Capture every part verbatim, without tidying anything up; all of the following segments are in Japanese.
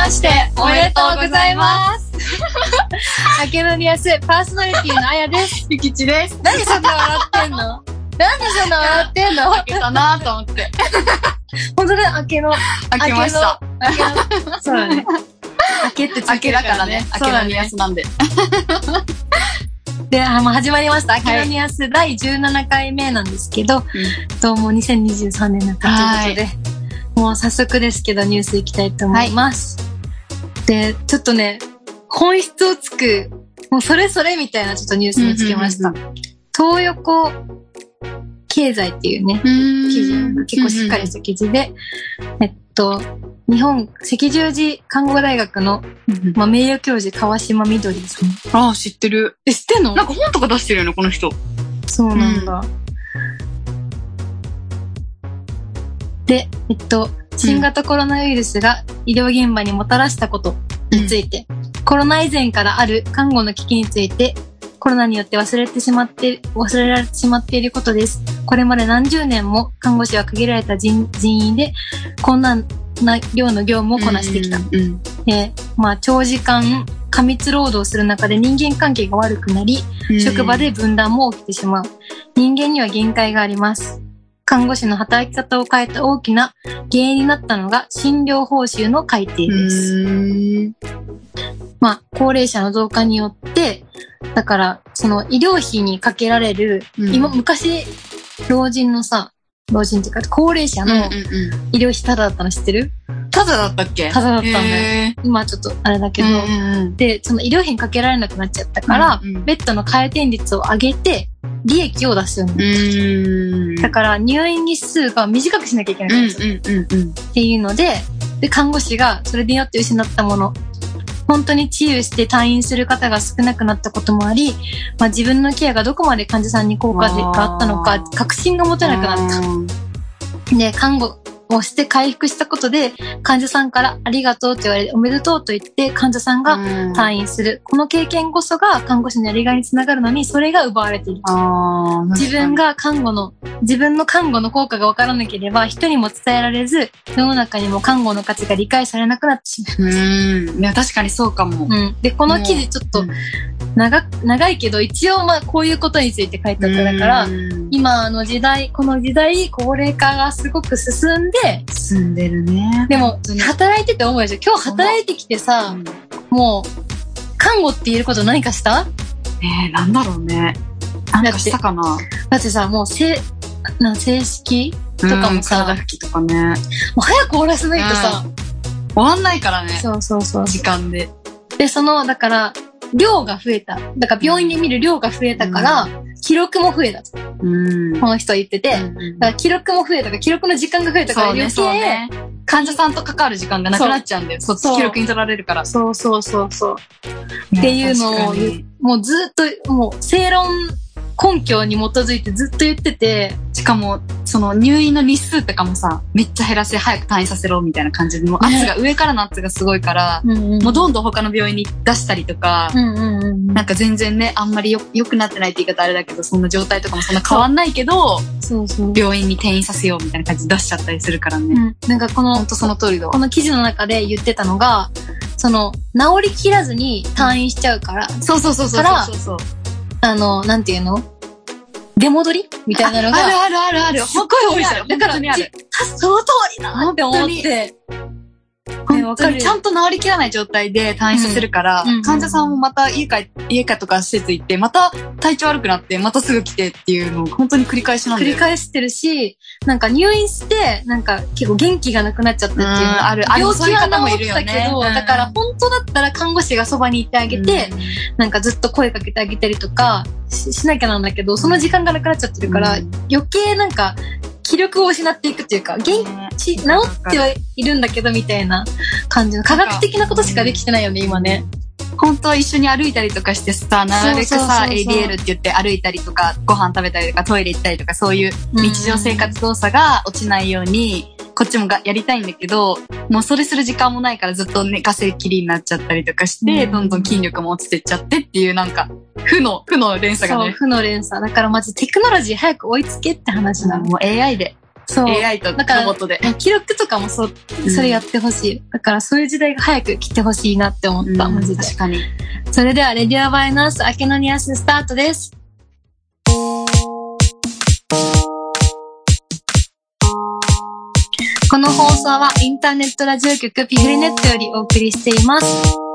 ましておめでとうございます。明けのにやすパーソナリティのあやです。 ゆきちです。 何そんな笑ってんの？なんでそんな笑ってんの？ 明けたなと思って。 本当だ、明けの。 明けました。 明けの。そうだね。明けってついてるからね。明けのにやすなんで。 で、あ、もう始まりました。明けのにやすだいじゅうななかいめなんですけど、どうもにせんにじゅうさんねんになったということで、もう早速ですけどニュースいきたいと思います。で、ちょっとね、本質をつく、もうそれそれみたいなちょっとニュース見つけました。東横経済っていうね、記事、結構しっかりした記事で、えっと、日本赤十字看護大学の、まあ、名誉教授川島みどりさん。 ああ、知ってる。 え、知ってんの？ なんか本とか出してるよね、この人。 そうなんだ。うん、で、えっと、新型コロナウイルスが医療現場にもたらしたことについて、うん、コロナ以前からある看護の危機について、コロナによって忘れてしまって、忘れられてしまっていることです。これまで何十年も看護師は限られた 人, 人員で、こんな量の業務をこなしてきた。うんうん、で、まあ、長時間過密労働する中で人間関係が悪くなり、うん、職場で分断も起きてしまう。人間には限界があります。看護師の働き方を変えた大きな原因になったのが診療報酬の改定です。まあ、高齢者の増加によって、だから、その医療費にかけられる、うん、今、昔、老人のさ、老人っていうか、高齢者の医療費タダだったの知ってる？ タダだったっけ？ タダだったんだよ。今ちょっとあれだけど、うんうんうん、で、その医療費にかけられなくなっちゃったから、うんうん、ベッドの回転率を上げて、利益を出すようになった。だから入院日数が短くしなきゃいけないんですよ、うんうんうんうん、っていうので、で、看護師がそれによって失ったもの、本当に治癒して退院する方が少なくなったこともあり、まあ、自分のケアがどこまで患者さんに効果があったのか確信が持てなくなった。で、看護をして回復したことで患者さんからありがとうと言われおめでとうと言って患者さんが退院する。この経験こそが看護師のやりがいにつながるのに、それが奪われている。あ、自分が看護の、自分の看護の効果が分からなければ人にも伝えられず、世の中にも看護の価値が理解されなくなってしまいます。 うん。いや、確かにそうかも。 うん。で、この記事ちょっと長、長いけど、一応まあこういうことについて書いてあっただから、今の時代、この時代、高齢化がすごく進んで、 進んでるね。 でも、働いてて思うでしょ。今日働いてきてさ、うん、もう、看護って言えること何かした？ えー、なんだろうね。なんかしたかな。 だってさ、もう、せ、な、正式とかもさ、 体拭きとかね。もう早く終わらせないとさ、 終わんないからね。 そうそうそう。 時間で。 で、その、だから、量が増えた。だから病院で見る量が増えたから、うん、記録も増えた。うん、この人は言ってて、うん、だから記録も増えたから、記録の時間が増えたから余計、 そうね、そうね、患者さんと関わる時間がなくなっちゃうんだよ。そっち記録に取られるから。 そうそうそうそう。っていうのを、もうずっと、もう正論根拠に基づいてずっと言ってて、 しかも、その入院の日数とかもさ、めっちゃ減らして早く退院させろみたいな感じで、もう圧が、ね、上からの圧がすごいから、うんうん、もうどんどん他の病院に出したりとか、うんうんうん、なんか全然ね、あんまりよ良くなってないって言い方あれだけど、そんな状態とかもそんな変わんないけど、そうそう、病院に転院させようみたいな感じで出しちゃったりするからね。うん、 なんかこの、 ほんとその通りだ。 この記事の中で言ってたのが、その、治りきらずに退院しちゃうから、 そうそうそうそうそうそう。 あの、なんていうの？出戻りみたいなのが。 あるあるあるある。 すっごい多いじゃん。だから、その通りだって思って。 本当にちゃんと治りきらない状態で退院させるから、うん、患者さんもまた家か、家かとか施設行って、また体調悪くなって、またすぐ来てっていうのを本当に繰り返しなんだよ。 繰り返してるし、なんか入院して、なんか結構元気がなくなっちゃったっていう。 ある、ある、病気は治ったけど、 だから本当だったら看護師がそばにいてあげて、うん、なんかずっと声かけてあげたりとかし、しなきゃなんだけど、その時間がなくなっちゃってるから、うん、余計なんか、気力を失っていくっていうか、元気、治ってはいるんだけどみたいな感じの科学的なことしかできてないよね、今ね。 本当は一緒に歩いたりとかしてさ、なるべくさ、エーディーエル って言って歩いたりとか、ご飯食べたりとか、トイレ行ったりとか、そういう日常生活動作が落ちないように、こっちもがやりたいんだけど、もうそれする時間もないからずっと寝かせきりになっちゃったりとかして、どんどん筋力も落ちてっちゃってっていうなんか、負の、負の連鎖がね。 そう、負の連鎖。だからマジテクノロジー早く追いつけって話なの。 もう エーアイ で。 そう。エーアイ とロボットで。 記録とかもそう、それやってほしい、うん。だからそういう時代が早く来てほしいなって思った、うん、マジで。 確かに。 それでは、レディオバイナース、明けのニュアンススタートです。この放送はインターネットラジオ局ピフリネットよりお送りしています。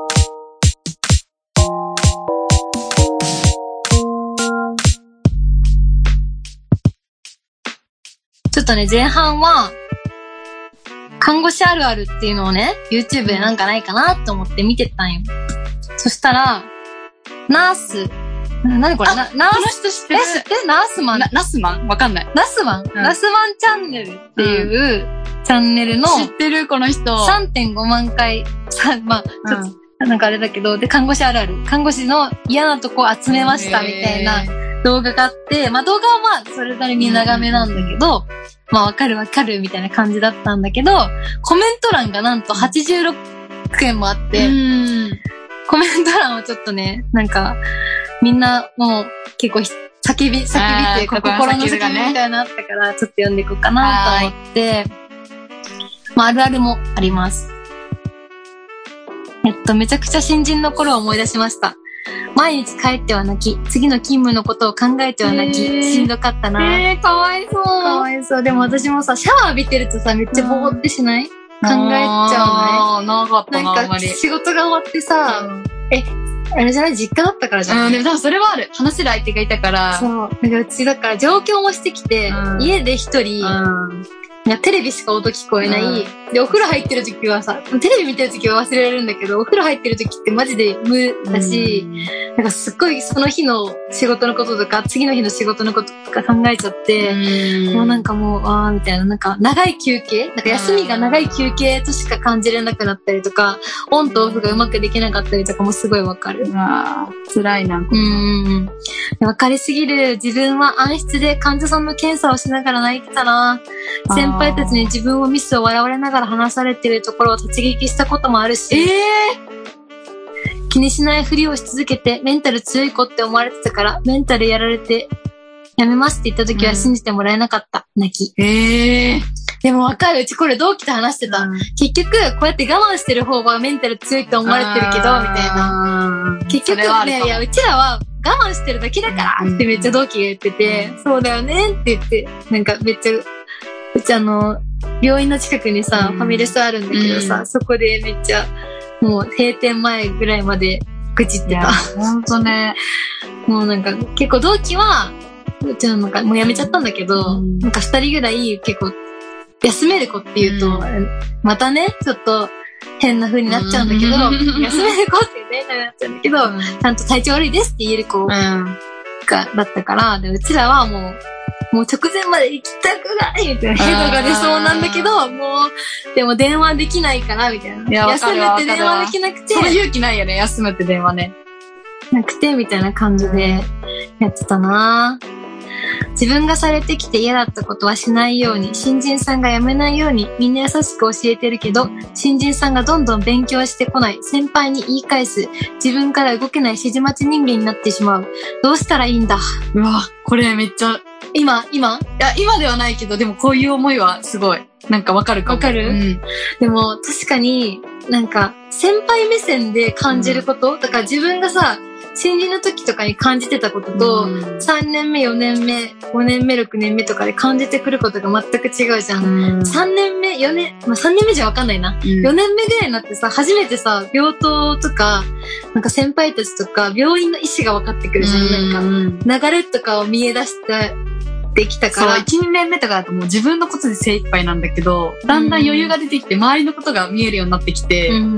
ちょっとね、前半は、看護師あるあるっていうのをね、YouTube でなんかないかなと思って見てたんよ。そしたら、ナース、なにこれな、ナース、 この人知ってる？ え、知ってる？ナースマン。 ナスマン？わかんない。 ナスマン、うん、ナスマンチャンネルっていう、うん、チャンネルの、 知ってるこの人。 さんてんごまんかい、まあ、ちょっと、うん、なんかあれだけど、で、看護師あるある。看護師の嫌なとこを集めましたみたいな動画があって、まあ動画はまあ、それなりに長めなんだけど、まあわかるわかるみたいな感じだったんだけど、コメント欄がなんとはちじゅうろくけんもあって、うんコメント欄をちょっとね、なんか、みんなもう結構叫び、叫びっていうか心の叫びみたいなのあったから、ちょっと読んでいこうかなと思って、まああるあるもあります。えっと、めちゃくちゃ新人の頃を思い出しました。毎日帰っては泣き、次の勤務のことを考えては泣き、しんどかったな。 えー、かわいそう。かわいそう。でも私もさ、シャワー浴びてるとさ、めっちゃぼーってしない？考えちゃうね。 あー、なかったな、 なんか仕事が終わってさ、うん、え、あれじゃない実家だったからじゃん。 うん、でも多分それはある。話せる相手がいたから。 そう。なんかうちだから上京もしてきて、うん、家で一人、うんいや、テレビしか音聞こえない、うん。で、お風呂入ってる時はさ、テレビ見てる時は忘れられるんだけど、お風呂入ってる時ってマジで無だし、うん、なんかすっごいその日の仕事のこととか、次の日の仕事のこととか考えちゃって、うん、もうなんかもう、あーみたいな、なんか長い休憩なんか休みが長い休憩としか感じれなくなったりとか、オンとオフがうまくできなかったりとかもすごいわかる。 あー辛いな。 うん。わかりすぎる。自分は暗室で患者さんの検査をしながら泣いてたな。先輩たちに自分をミスを笑われながら話されてるところを突撃したこともあるし、 えー、気にしないふりをし続けてメンタル強い子って思われてたからメンタルやられてやめますって言った時は信じてもらえなかった、うん、泣き。 えー、 でもわかる。うちこれ同期と話してた、うん、結局こうやって我慢してる方がメンタル強いって思われてるけどみたいな。結局ね、いやうちらは我慢してるだけだからってめっちゃ同期が言ってて、うん、そうだよねって言ってなんかめっちゃうちあの、病院の近くにさ、うん、ファミレスあるんだけどさ、うん、そこでめっちゃ、もう閉店前ぐらいまで愚痴ってた。 ほんとね。 もうなんか結構同期は、うちはなんかもう辞めちゃったんだけど、うん、なんか二人ぐらい結構休める子って言うと、うん、またね、ちょっと変な風になっちゃうんだけど、うん、休める子ってね、なっちゃうんだけど、うん、ちゃんと体調悪いですって言える子が、だったから、でうちらはもう、もう直前まで行きたくないみたいなヘドが出そうなんだけど、もう、でも電話できないからみたいな。いや休めて電話できなくて。 その勇気ないよね、休むって電話ね。 なくて、みたいな感じでやってたなぁ。自分がされてきて嫌だったことはしないように、新人さんが辞めないようにみんな優しく教えてるけど、新人さんがどんどん勉強してこない、先輩に言い返す、自分から動けない指示待ち人間になってしまう。どうしたらいいんだ。 うわ、これめっちゃ、 今今いや、今ではないけど、でもこういう思いはすごい、なんかわかるかも。 わかる、うん、でも確かになんか先輩目線で感じること、うん、だから自分がさ、新人の時とかに感じてたことと、うん、さんねんめ、よねんめ、ごねんめ、ろくねんめとかで感じてくることが全く違うじゃん。うん、さんねんめ、よねん、まあ、さんねんめじゃわかんないな、うん。よねんめぐらいになってさ、初めてさ、病棟とか、なんか先輩たちとか、病院の意思が分かってくるじゃん。うん、なんか、流れとかを見え出してできたから。 そう、いち、にねんめとかだともう自分のことで精一杯なんだけど、だんだん余裕が出てきて、周りのことが見えるようになってきて、うん、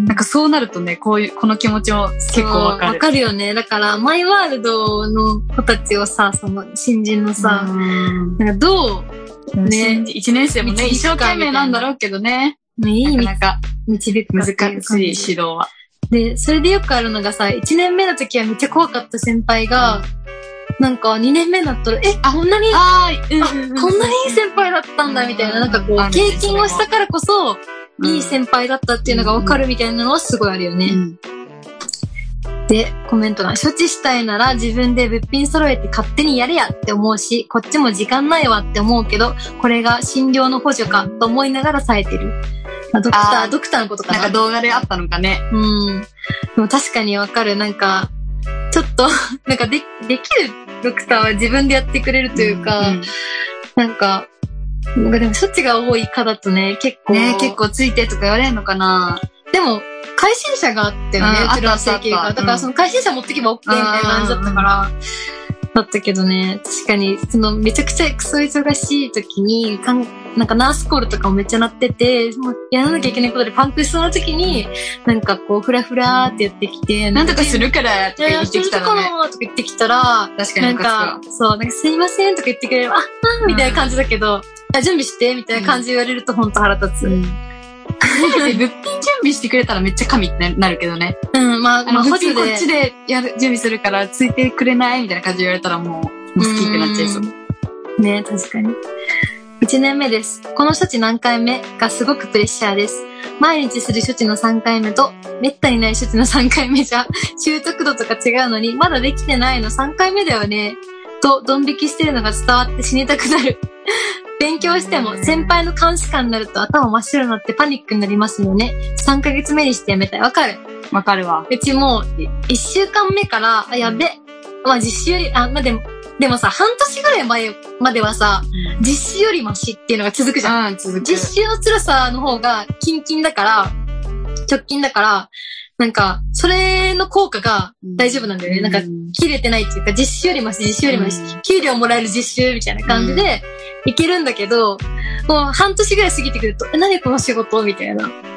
なんかそうなるとね、こういう、この気持ちも結構わかる。 わかるよね。だから、マイワールドの子たちをさ、その、新人のさ、なんかどう、ね、 いちねん生もね、一生懸命なんだろうけどね。 ね、いいなかなか導く難しい指導は。 で、それでよくあるのがさ、いちねんめの時はめっちゃ怖かった先輩が、なんかにねんめになったら、え、こんなに、あ、うんうんうん、こんなにいい先輩だったんだみたいな、なんかこう、経験をしたからこそ、いい先輩だったっていうのがわかるみたいなのはすごいあるよね。うん、 で、コメント欄。処置したいなら自分で物品揃えて勝手にやれやって思うし、こっちも時間ないわって思うけど、これが診療の補助かと思いながら冴えてる。まあ、ドクター、ドクターのことかな。 なんか動画であったのかね。 うん。でも確かにわかる。なんか、ちょっと、なんかで、できるドクターは自分でやってくれるというか、うんうん、なんか、なんかでも処置が多い科だとね、結構。ね、 結構ついてとか言われるのかな。 でも、回診者があったよね、うちの整形が。だからその回診者持ってけば OK みたいな感じだったから、だったけどね、確かに、そのめちゃくちゃクソ忙しい時に、かんなんかナースコールとかもめっちゃ鳴ってて、もうやらなきゃいけないことでパンクしそうな時に、なんかこう、フラフラーってやってきて、 なんとかするからって言ってきたらね。 とか言ってきたら、 確かになんか、そう、なんかすいませんとか言ってくれれば、あ、あみたいな感じだけど、準備してみたいな感じ言われるとほんと腹立つ。うん物品準備してくれたらめっちゃ神ってなるけどね。 うん、まあ、まあ、 補助で。こっちでやる、準備するからついてくれないみたいな感じで言われたらもう、もう好きってなっちゃいそう。 ね、確かに。いちねんめです。この処置何回目がすごくプレッシャーです。毎日する処置のさんかいめと、めったにない処置のさんかいめじゃ、習得度とか違うのに、まだできてないのさんかいめだよね。と、ドン引きしてるのが伝わって死にたくなる。勉強しても先輩の監視官になると頭真っ白になってパニックになりますよね。さんかげつめにしてやめたい。わかるわかるわ。 うちもいっしゅうかんめから、あ、やべ。まあ実習より、あ、まあでも、でもさ、半年ぐらい前まではさ、うん、実習よりマシっていうのが続くじゃん。 うん、続く。 実習の辛さの方がキンキンだから、直近だから、なんか、それの効果が大丈夫なんだよね。うん、なんか、切れてないっていうか、実習よりマシ、実習よりマシ、うん、給料もらえる実習みたいな感じで、いけるんだけど、もう半年ぐらい過ぎてくると、え、何この仕事みたいな。うん。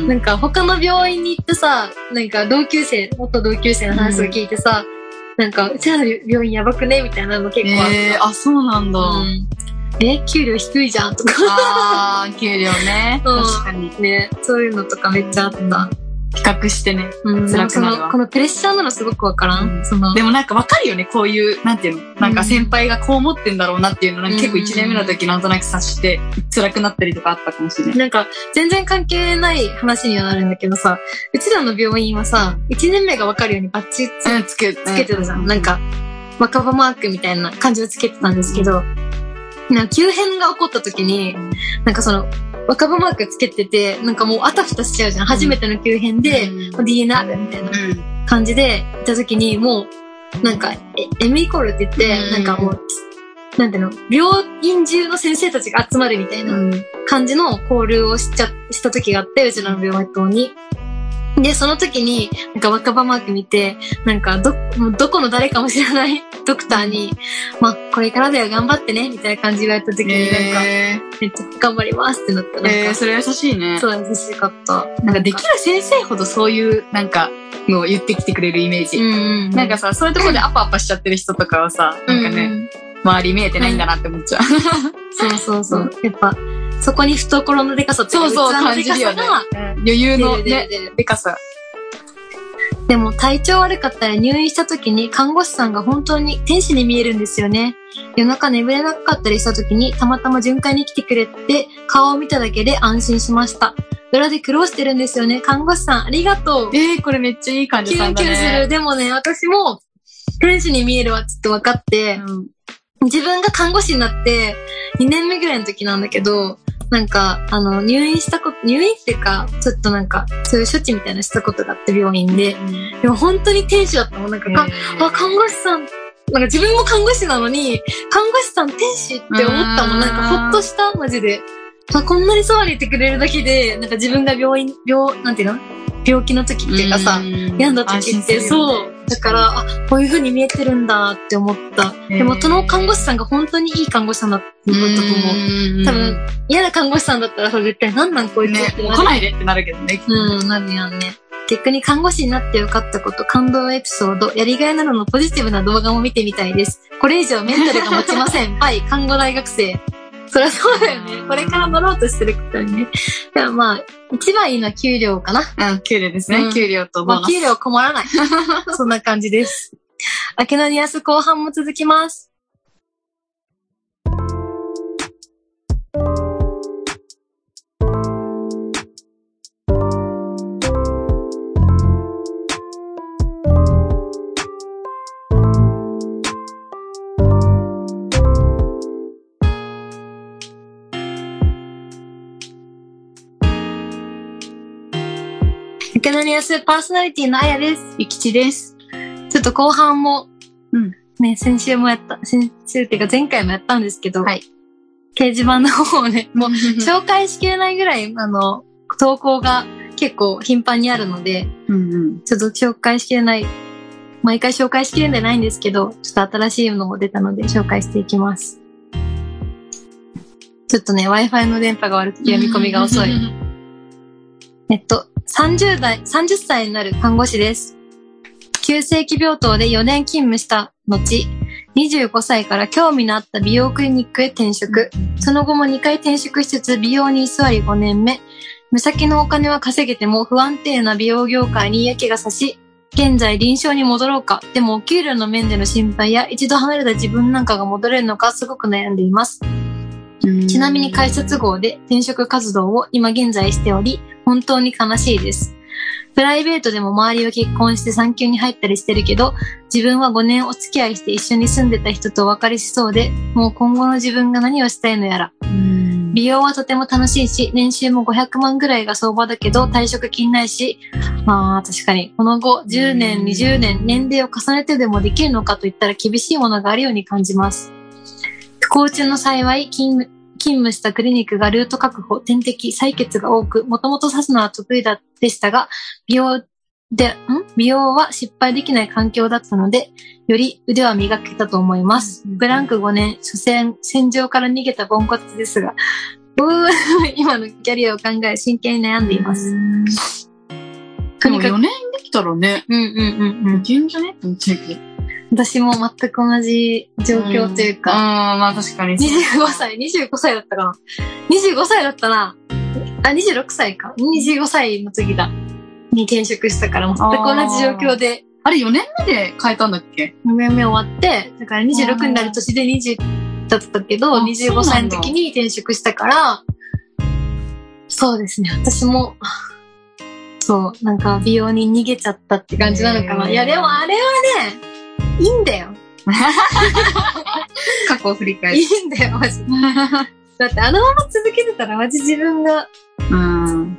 なんか、他の病院に行ってさ、なんか同級生、元同級生の話を聞いてさ、うん、なんか、うちらの病院やばくねみたいなの結構あった。 えー、あ、そうなんだ。うん、 え、給料低いじゃんとか。 あー、給料ね。確かに。 ね、そういうのとかめっちゃあった。 比較してね、 うん、辛くなるわ。このプレッシャーなのすごくわからん、うん、その。 でもなんかわかるよね、こういう、なんていうの、なんか先輩がこう思ってんだろうなっていうの、なんか結構いちねんめの時なんとなく察して、辛くなったりとかあったかもしれない。 なんか、全然関係ない話にはなるんだけどさ、うちらの病院はさ、いちねんめがわかるようにバッチつ、 うん、つけ、 つけてたじゃん。うん、なんか、若葉マークみたいな感じをつけてたんですけど、うん、なんか急変が起こった時に、なんかその、若葉マークつけてて、なんかもうあたふたしちゃうじゃん。うん、初めての急変で、うん、ディーエヌアール みたいな感じで行った時に、もう、なんか、エミコールって言って、うん、なんかもう、なんていうの、病院中の先生たちが集まるみたいな感じのコールをしちゃ、した時があって、うちの病棟に。で、その時に、なんか若葉マーク見て、なんかど、もうどこの誰かも知らないドクターに、まあ、これからだよ頑張ってね、みたいな感じで言われた時に、なんか、めっちゃ頑張りますってなった。なんかえー、それ優しいね。 そう、優しかった。 なんかできる先生ほどそういう、なんか、のを言ってきてくれるイメージ。うんうんうん、なんかさ、そういうところでアパアパしちゃってる人とかはさ、なんかね、うんうん、周り見えてないんだなって思っちゃう。 そうそうそう。やっぱ、そこに懐のでかさってそうそう感じるよね。余裕のね、でかさ。 でも体調悪かったら入院した時に看護師さんが本当に天使に見えるんですよね。夜中眠れなかったりした時にたまたま巡回に来てくれて顔を見ただけで安心しました。裏で苦労してるんですよね。看護師さんありがとう。 えー、これめっちゃいい感じさんだね。 キュンキュンする。でもね、私も天使に見えるわって分かって、うん、自分が看護師になってにねんめぐらいの時なんだけど、なんか、あの、入院したこと、入院っていうか、ちょっとなんか、そういう処置みたいなしたことがあって病院で、うん、でも本当に天使だったもん。なんか、かあ、看護師さん、なんか自分も看護師なのに、看護師さん天使って思ったもん。なんかほっとした、マジで。あ、こんなにそばにいてくれるだけで、なんか自分が病院、病、なんていうの病気の時っていうかさ、病んだ時って、そう。だから、あ、こういう風に見えてるんだって思った。でも、その看護師さんが本当にいい看護師さんだったと思う。多分、嫌な看護師さんだったら、絶対なんなんこいつってなる。 来ないでってなるけどね。 うん、なるやんね。逆に看護師になってよかったこと、感動エピソード、やりがいなどのポジティブな動画も見てみたいです。これ以上メンタルが持ちません。はい、看護大学生。そりゃそうだよね。これから乗ろうとしてる人にね。でもまあ、一番いいのは給料かな。 うん、給料ですね。うん、給料とボーナス。 まあ、給料困らない。そんな感じです。明けのニアス後半も続きます。 けなにやすパーソナリティのあやです。 ゆきちです。 ちょっと後半も、 うん。 ね、先週もやった、先週っていうか前回もやったんですけど、 はい。 掲示板の方をね、もう紹介しきれないぐらい、あの、投稿が結構頻繁にあるので、 うんうん。 ちょっと紹介しきれない、毎回紹介しきれんでないんですけど、ちょっと新しいのも出たので紹介していきます。ちょっとね、Wi-Fi の電波が悪くて読み込みが遅い。えっと、さんじゅう代、さんじゅっさいになる看護師です。急性期病棟でよねん勤務した後、にじゅうごさいから興味のあった美容クリニックへ転職。その後もにかい転職しつつ美容に居座りごねんめ。目先のお金は稼げても不安定な美容業界に嫌気がさし、現在臨床に戻ろうか。でもお給料の面での心配や一度離れた自分なんかが戻れるのかすごく悩んでいます。ちなみに会社都合で転職活動を今現在しており、本当に悲しいです。プライベートでも周りは結婚して産休に入ったりしてるけど、自分はごねんお付き合いして一緒に住んでた人とお別れしそうで、もう今後の自分が何をしたいのやら。美容はとても楽しいし、年収もごひゃくまんぐらいが相場だけど退職金ないし、まあ確かにこの後じゅうねん、にじゅうねん年齢を重ねてでもできるのかといったら厳しいものがあるように感じます。不幸中の幸い、勤務勤務したクリニックがルート確保、点滴、採血が多く、もともと刺すのは得意だでしたが、美容で、ん美容は失敗できない環境だったので、より腕は磨けたと思います。ブランクごねん、所詮、戦場から逃げたポンコツですが、うー今のキャリアを考え、真剣に悩んでいます。 でもよねんできたらね、 うんうんうんうん。 いけんじゃねって思っちゃうけど。 私も全く同じ状況というか。 うん、ああ、まあ確かに。 にじゅうごさい、にじゅうごさいだったかな。にじゅうごさいだったな。あ、にじゅうろくさいか。にじゅうごさいの次だ。に転職したから全く同じ状況で。 あれよねんめで変えたんだっけ ? よねんめ終わって、だからにじゅうろくになる年でにじゅうだったけど、にじゅうごさいの時に転職したから、そうですね。私も、そう、なんか美容に逃げちゃったって感じなのかな。いや、でもあれはね、いいんだよ。 過去を振り返る。 いいんだよ、マジで。だってあのまま続けてたらマジ自分が。 うん。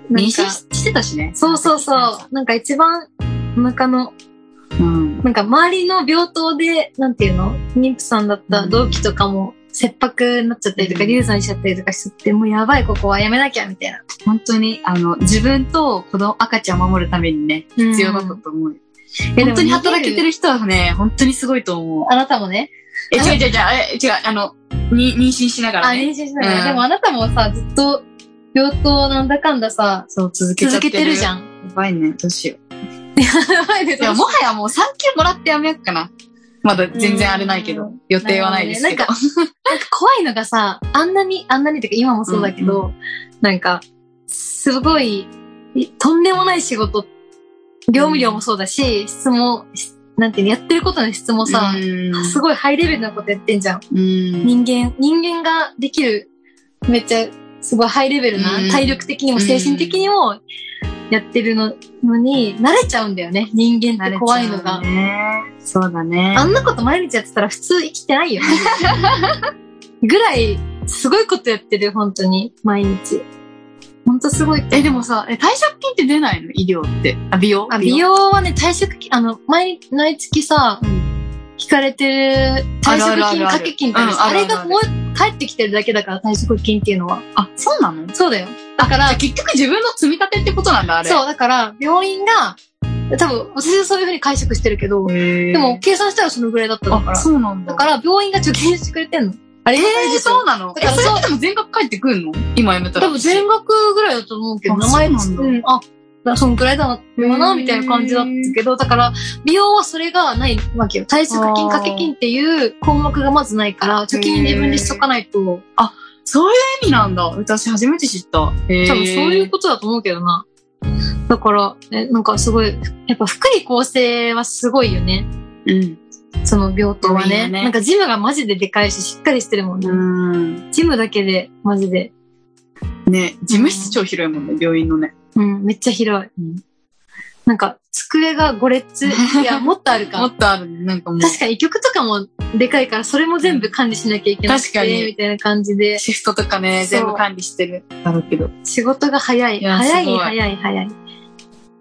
妊娠してたしね。 そうそうそう。なんか一番お腹の、うん、なんか周りの病棟で、なんていうの妊婦さんだった同期とかも切迫になっちゃったりとか、流産しちゃったりとかしちゃって、もうやばい、ここはやめなきゃ、みたいな。 本当に、あの、自分と子供、赤ちゃんを守るためにね、必要だったと思う。うん本当に働けてる人はね、本当にすごいと思う。 あなたもね。 え、違う違う違う、え、違う、あの、に、妊娠しながらね。 あ、妊娠しながら。うん、でもあなたもさ、ずっと、病棟なんだかんださ、 そう、続けちゃってる。 続けてるじゃん。 やばいね、どうしよう。やばいね、 いや、もはやもう産休もらってやめよっかな。まだ全然あれないけど、予定はないですけど。 なんか、なんか怖いのがさ、あんなに、あんなにってか今もそうだけど、うんうん、なんか、すごい、とんでもない仕事って、業務量もそうだし、質も、なんていうの、やってることの質もさ、すごいハイレベルなことやってんじゃん。人間、人間ができる、めっちゃ、すごいハイレベルな、体力的にも精神的にもやってるのに、慣れちゃうんだよね。人間って怖いのが。 そうだね。 あんなこと毎日やってたら普通生きてないよ。ぐらい、すごいことやってる、本当に、毎日。ほんとすごい。 え、でもさ、え、退職金って出ないの医療って。あ、美容あ、美容はね、退職金、あの、毎、毎月さ、うん、引かれてる退職金、掛け金ってある、あれがもう帰ってきてるだけだから退職金っていうのは。 あ、そうなの？ そうだよ。だから、 結局自分の積み立てってことなんだ、あれ。 そう、だから、病院が、多分、私はそういう風に解釈してるけど、でも、計算したらそのぐらいだったから。 あ、そうなんだ。 だから、病院が貯金してくれてんの。あれえー、そうなの？だからそれっても全額返ってくるの？今やめたら。 多分全額ぐらいだと思うけど、名前なんだ。うん、あ、そんくらいだな、みたいな感じだったけど、だから、美容はそれがないわけよ。退職金、掛け金っていう項目がまずないから、貯金自分でしとかないと。 あ、そういう意味なんだ。私初めて知った。へ多分そういうことだと思うけどな。だから、え、なんかすごい、やっぱ福利厚生はすごいよね。 うん。 その病棟はね。ねなんかジムがマジででかいし、しっかりしてるもんね。うんジムだけで、マジで。 ね、事務室超広いもんね、病院のね。 うん、めっちゃ広い。うん、なんか、机がご列。いや、もっとあるか。 もっとある。なんかもう。 確かに曲とかもでかいから、それも全部管理しなきゃいけない。 確かに。 みたいな感じで。 シフトとかね、全部管理してる。だろうけど。 仕事が早い。早い、早い、早い。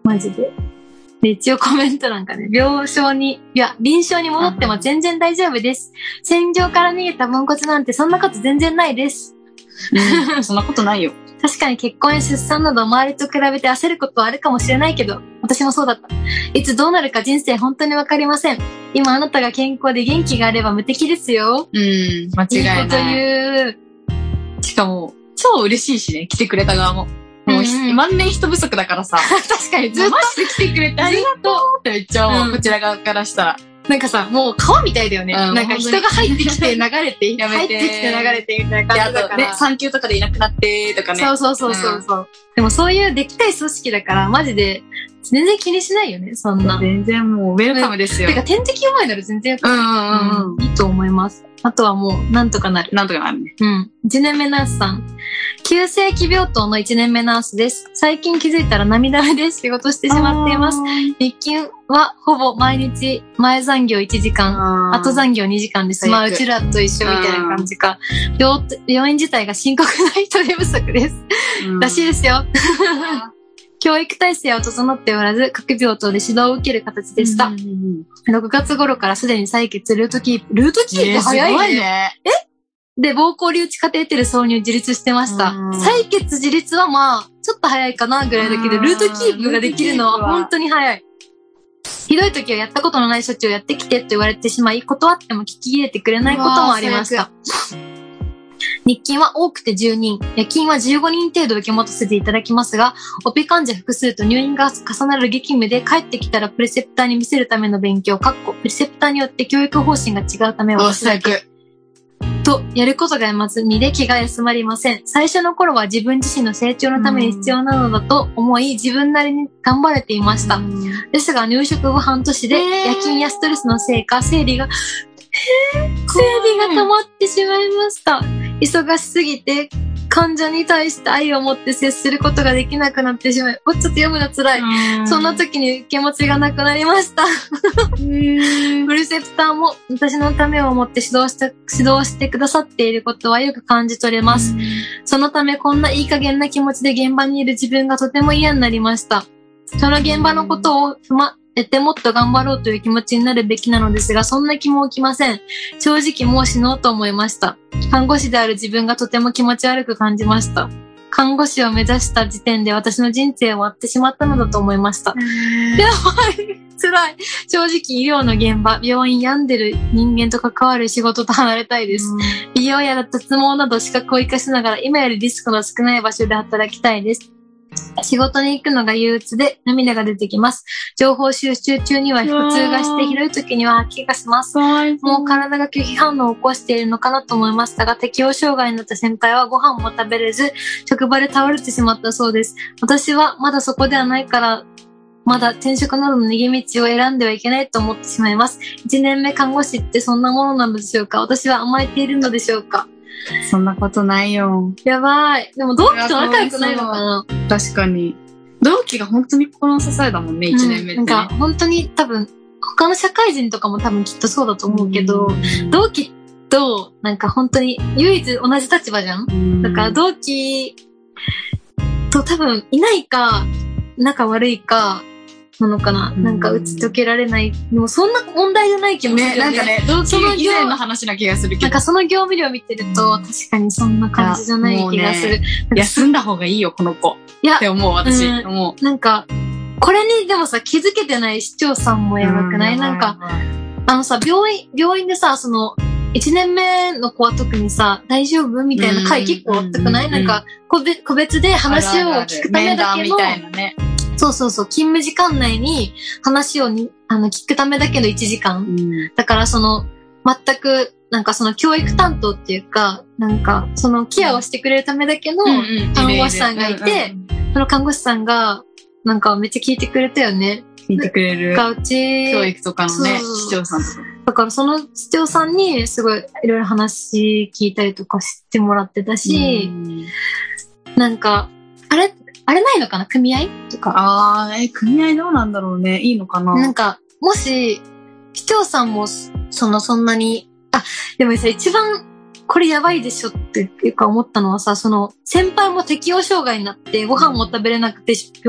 マジで。で、一応コメントなんかね、病床に、いや、臨床に戻っても全然大丈夫です。戦場から逃げたポンコツなんてそんなこと全然ないです。 うん、そんなことないよ。 確かに結婚や出産など周りと比べて焦ることはあるかもしれないけど、私もそうだった。いつどうなるか人生本当にわかりません。今あなたが健康で元気があれば無敵ですよ。 うん、間違いない。いいこと言う。しかも、超嬉しいしね、来てくれた側も。もう、うんうん、万年人不足だからさ。 確かにずっと。 マジで来てくれてありがとうってめっちゃ思う、うん、こちら側からしたら。 なんかさ、もう川みたいだよね。うん、なんか人が入ってきて流れて、 やめて入ってきて流れてみたいな感じだから。 ね、産休とかでいなくなってとかね。 そうそうそうそうそう、うん。でもそういうできたい組織だから、マジで、全然気にしないよね、そんな。 全然もう、ウェルカムですよ。 てか、点滴うまいなら全然、 うんうんうん。 いいと思います。あとはもう、なんとかなる。 なんとかなるね。 うん。いちねんめナースさん。急性期病棟のいちねんめナースです。最近気づいたら涙目で仕事してしまっています。日勤はほぼ毎日前残業いちじかん、後残業にじかんです。まあ、うちらと一緒みたいな感じか。病、病院自体が深刻な人手不足です。らしいですよ。教育体制は整っておらず、各病棟で指導を受ける形でした。ろくがつ頃からすでに採血、ルートキープ。ルートキープ早いね。 ねえで、膀胱留置カテーテル挿入自立してました。採血自立はまあ、ちょっと早いかなぐらいだけど、ルートキープができるのは本当に早い。ひどい時はやったことのない処置をやってきてと言われてしまい、断っても聞き入れてくれないこともありました。日勤は多くてじゅうにん、夜勤はじゅうごにん程度受け持たせていただきますが、オペ患者複数と入院が重なる激務で帰ってきたらプレセプターに見せるための勉強、かっこプレセプターによって教育方針が違うためを私だけ。と、やることが山積みで気が休まりません。最初の頃は自分自身の成長のために必要なのだと思い、自分なりに頑張れていました。ですが、入職後半年で夜勤やストレスのせいか、生理が、生理が溜まってしまいました。忙しすぎて、患者に対して愛を持って接することができなくなってしまい、おちょっと読むの辛い。そんな時に気持ちがなくなりました。プレセプターも私のためを思って指導して、指導してくださっていることはよく感じ取れます。そのためこんないい加減な気持ちで現場にいる自分がとても嫌になりました。その現場のことを踏まえてもっと頑張ろうという気持ちになるべきなのですが、そんな気も起きません。正直もう死のうと思いました。看護師である自分がとても気持ち悪く感じました。看護師を目指した時点で私の人生を終わってしまったのだと思いました。やばい。辛い。正直医療の現場、病院病んでる人間と関わる仕事と離れたいです。美容や脱毛など資格を活かしながら今よりリスクの少ない場所で働きたいです。仕事に行くのが憂鬱で涙が出てきます。情報収集中には腹痛がして、ひどい時には吐き気がします。もう体が拒否反応を起こしているのかなと思いましたが、適応障害になった先輩はご飯も食べれず、職場で倒れてしまったそうです。私はまだそこではないから、まだ転職などの逃げ道を選んではいけないと思ってしまいます。いちねんめ看護師ってそんなものなのでしょうか？私は甘えているのでしょうか？ そんなことないよ。 やばい。でも同期と仲良くないのかな？ 確かに。同期が本当に心の支えだもんね、いちねんめって、ね。 うん、なんか本当に多分、他の社会人とかも多分きっとそうだと思うけど、同期となんか本当に唯一同じ立場じゃん？だから同期と多分いないか、仲悪いか、なのかな、うん、なんか打ち解けられない。でもそんな問題じゃない気もするよね。 ね、なんかね、同期以前の話な気がするけど。 なんかその業務量見てると、うん、確かにそんな感じじゃない気がする。 ね、休んだ方がいいよ、この子。いや、って思う、私。うん、思う。 なんか、これにでもさ、気づけてない市長さんもやばくない、うん、なんか、あのさ、病院、病院でさ、その、一年目の子は特にさ、大丈夫みたいな回結構あったくない、うん、なんか個別、個別で話を聞くためだけの、 面談みたいなね。 そうそうそう、勤務時間内に話をにあの聞くためだけのいちじかん。うん、だからその、全く、なんかその教育担当っていうか、なんかそのケアをしてくれるためだけの看護師さんがいて、その看護師さんが、なんかめっちゃ聞いてくれたよね。 聞いてくれる。 がうち、 教育とかのね、市長さんとか。 だからその市長さんにすごいいろいろ話聞いたりとかしてもらってたし、なんか、あれ、あれないのかな組合とか。 ああ、え、組合どうなんだろうね。いいのかな。 なんか、もし、市長さんも、その、そんなに、あ、でもさ、一番、これやばいでしょっていうか思ったのはさ、その、先輩も適応障害になって、ご飯も食べれなくて、病、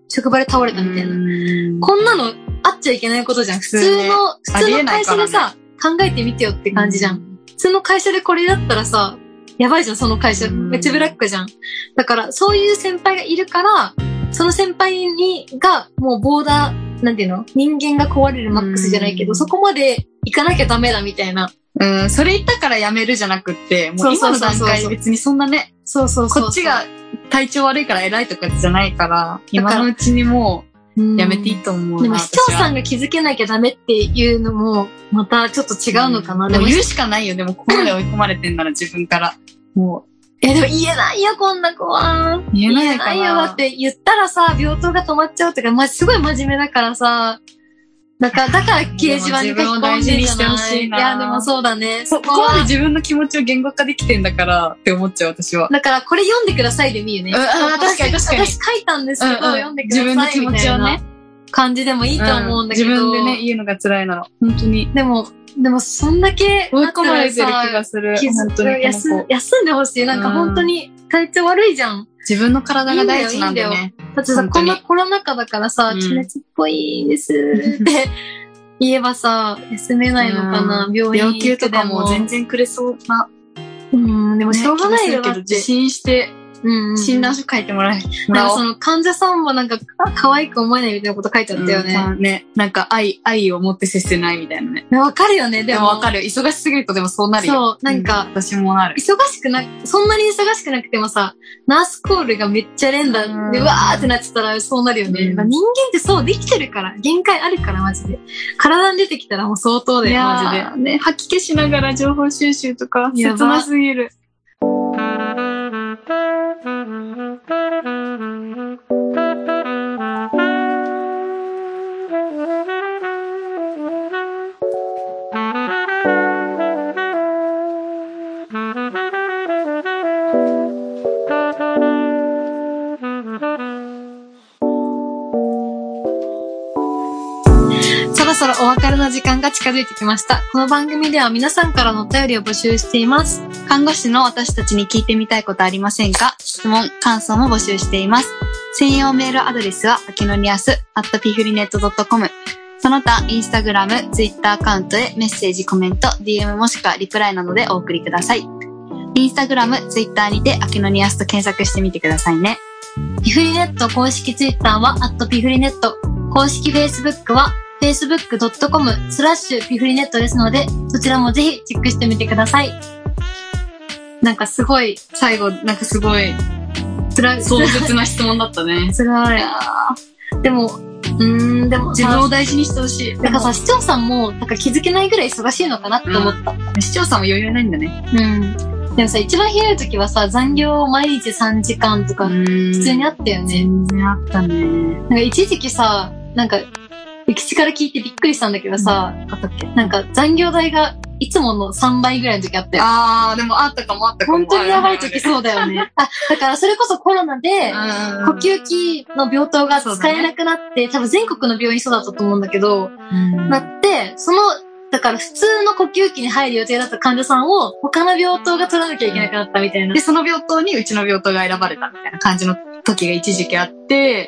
職場で倒れたみたいな。こんなのあっちゃいけないことじゃん。普通の、普通の会社でさ、考えてみてよって感じじゃん。普通の会社でこれだったらさ、やばいじゃん、その会社。めっちゃブラックじゃん。だから、そういう先輩がいるから、その先輩に、が、もうボーダー、なんていうの？人間が壊れるマックスじゃないけど、そこまで行かなきゃダメだみたいな。 うん、それ言ったからやめるじゃなくって、もう今の段階別にそんなね、 そうそうそう。 こっちが体調悪いから偉いとかじゃないから、今のうちにもうやめていいと思うな。 でも市長さんが気づけなきゃダメっていうのも、またちょっと違うのかな。 うん、でも言うしかないよ。でもここまで追い込まれてんなら自分から。もう。 え、でも言えないよ、こんな子は。 言えないかな。 言えないよ。だって言ったらさ、病棟が止まっちゃうってか、ま、すごい真面目だからさ、だから、だから掲示板に書き込んでんじゃない。いや、でもそうだね。 そこまで自分の気持ちを言語化できてんだからって思っちゃう、私は。 だから、これ読んでくださいでもいいよね。 ああ、確かに確かに。 私書いたんですけど、うんうん、読んでくださいみたいな。 自分の気持ちをね。 感じでもいいと思うんだけど。 うん、自分でね、言うのが辛いなら。本当に。 でも、でも、そんだけ、 追い込まれてる気がする。 本当に休。休んでほしい。なんか本当に体調悪いじゃん。 自分の体が大事なんだよね。 だってさ、こんなコロナ禍だからさ、気熱っぽいですって言えばさ、休めないのかな、病院。 病休とかも全然くれそうな。 うん、でもしょうがないよ。 受診して、うんうん、診断書書いてもらえ。 なんかその患者さんもなんか可愛く思えないみたいなこと書いてあったよね。 うん、ね。なんか愛、愛を持って接せないみたいなね。 わかるよね、 でも。でもわかるよ。忙しすぎるとでもそうなるよ。 そう、なんか、 うん、私もなる。 忙しくな、そんなに忙しくなくてもさ、ナースコールがめっちゃ連打で、うわーってなってたらそうなるよね。うん、人間ってそうできてるから、限界あるからマジで。体に出てきたらもう相当だよ、マジで。 ね、吐き気しながら情報収集とか、切なすぎる。 そろそろお別れの時間が近づいてきました。この番組では皆さんからのお便りを募集しています。 看護師の私たちに聞いてみたいことありませんか？質問、感想も募集しています。専用メールアドレスは、あきのにあす、アットピフリネットドットコム。その他、インスタグラム、ツイッターアカウントへメッセージ、コメント、ディーエム もしくはリプライなどでお送りください。インスタグラム、ツイッターにて、あきのにあすと検索してみてくださいね。 ピフリネット公式ツイッターは、アットピフリネット。公式フェイスブックは、フェイスブックドットコムスラッシュピフリネットですので、そちらもぜひチェックしてみてください。なんかすごい、 最後、なんかすごい、辛い。壮絶な質問だったね。 辛い。でも、うーん、でも、 自分を大事にしてほしい。 なんかさ、市長さんも、なんか気づけないぐらい忙しいのかなって思った。 うん、市長さんも余裕ないんだね。 うん。でもさ、一番ひどい時はさ、残業毎日さんじかんとか、普通にあったよね。 全然あったね。 なんか一時期さ、なんか、口から聞いてびっくりしたんだけどさ、うん、あったっけ？なんか残業代がいつものさんばいぐらいの時あったよ。 あー、でもあったかもあったかも。 本当にやばい時そうだよね。あ、だからそれこそコロナで、呼吸器の病棟が使えなくなって、ね、多分全国の病院そうだったと思うんだけど、うん、なって、その、だから普通の呼吸器に入る予定だった患者さんを他の病棟が取らなきゃいけなくなったみたいな。 で、その病棟にうちの病棟が選ばれたみたいな感じの時が一時期あって、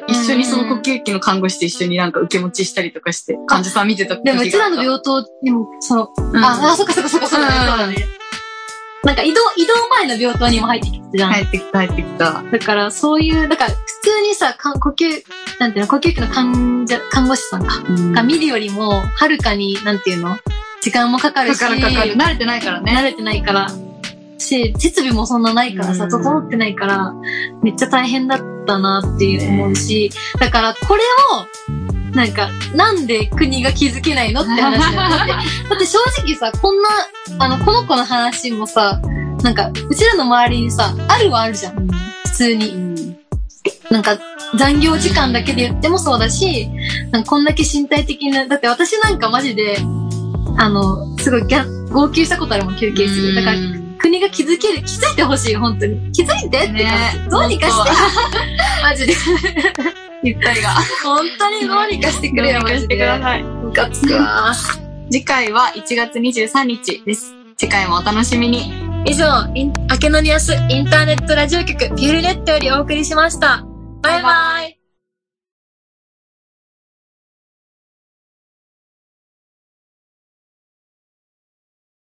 一緒にその呼吸器の看護師と一緒になんか受け持ちしたりとかして患者さん見てた時があった。 でもうちらの病棟にも、その、うん、あ、あ、そっかそっかそっかそっか、そうだね。なんか移動、移動前の病棟にも入ってきたじゃん。 入ってきた、入ってきた。 だからそういう、だから普通にさ、呼吸、なんていうの、呼吸器の患者、看護師さんか、うん、が見るよりも、はるかに、なんていうの、時間もかかるし。 かかるかかる。慣れてないからね。 慣れてないから。し、設備もそんなないからさ、整ってないから、めっちゃ大変だったなっていう思うし、だからこれを、なんか、なんで国が気づけないのって話だよ。だって、だって正直さ、こんな、あの、この子の話もさ、なんか、うちらの周りにさ、あるはあるじゃん。うん、普通に。うん、なんか、残業時間だけで言ってもそうだし、なんかこんだけ身体的な、だって私なんかマジで、あの、すごいギャ号泣したことあるもん、休憩室で。だから、国が気づける、気づいてほしい、本当に。気づいてって感じ。ね、どうにかして。マジで。 ゆったりが。 本当にどうにかしてくれよ、マジで。 してください。 ムカつくわ。 次回はいちがつにじゅうさんにちです。次回もお楽しみに。 以上、あけのにあすインターネットラジオ局ピュールネットよりお送りしました。バイバイ。